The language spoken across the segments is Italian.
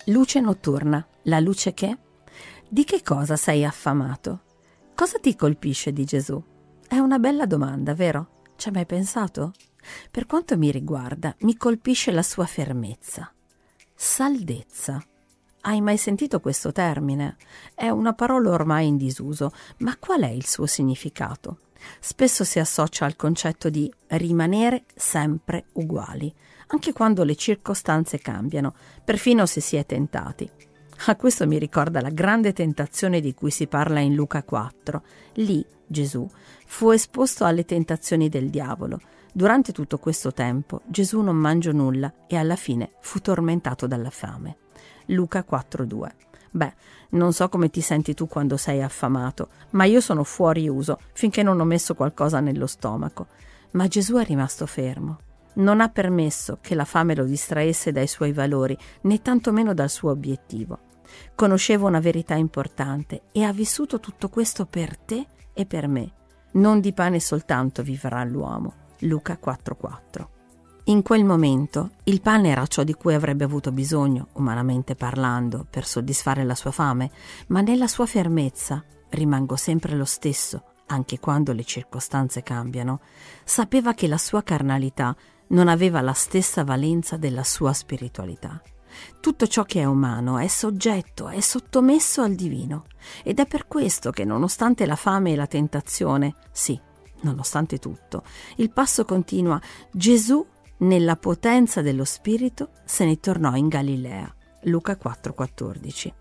Luce notturna, la luce che? Di che cosa sei affamato? Cosa ti colpisce di Gesù? È una bella domanda, vero? Ci hai mai pensato? Per quanto mi riguarda, mi colpisce la sua fermezza. Saldezza. Hai mai sentito questo termine? È una parola ormai in disuso, ma qual è il suo significato? Spesso si associa al concetto di rimanere sempre uguali, anche quando le circostanze cambiano, perfino se si è tentati. A questo mi ricorda la grande tentazione di cui si parla in Luca 4. Lì Gesù fu esposto alle tentazioni del diavolo. Durante tutto questo tempo Gesù non mangiò nulla e alla fine fu tormentato dalla fame. Luca 4,2. Beh, non so come ti senti tu quando sei affamato, ma io sono fuori uso finché non ho messo qualcosa nello stomaco. Ma Gesù è rimasto fermo. Non ha permesso che la fame lo distraesse dai suoi valori, né tantomeno dal suo obiettivo. Conosceva una verità importante e ha vissuto tutto questo per te e per me. Non di pane soltanto vivrà l'uomo. Luca 4,4. In quel momento il pane era ciò di cui avrebbe avuto bisogno, umanamente parlando, per soddisfare la sua fame, ma nella sua fermezza, rimango sempre lo stesso, anche quando le circostanze cambiano, sapeva che la sua carnalità non aveva la stessa valenza della sua spiritualità. Tutto ciò che è umano è soggetto, è sottomesso al divino, ed è per questo che nonostante la fame e la tentazione, sì, nonostante tutto, il passo continua. Gesù, nella potenza dello Spirito, se ne tornò in Galilea. Luca 4,14.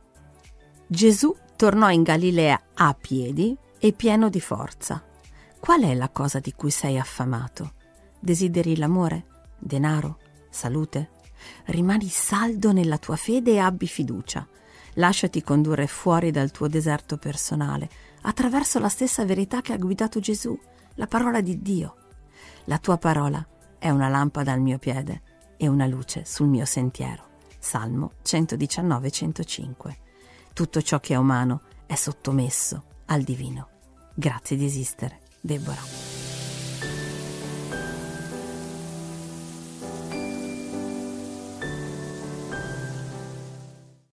Gesù tornò in Galilea a piedi e pieno di forza. Qual è la cosa di cui sei affamato? Desideri l'amore? Denaro? Salute? Rimani saldo nella tua fede e abbi fiducia. Lasciati condurre fuori dal tuo deserto personale, attraverso la stessa verità che ha guidato Gesù, la parola di Dio. La tua parola è una lampada al mio piede e una luce sul mio sentiero. Salmo 119,105. Tutto ciò che è umano è sottomesso al divino. Grazie di esistere, Deborah.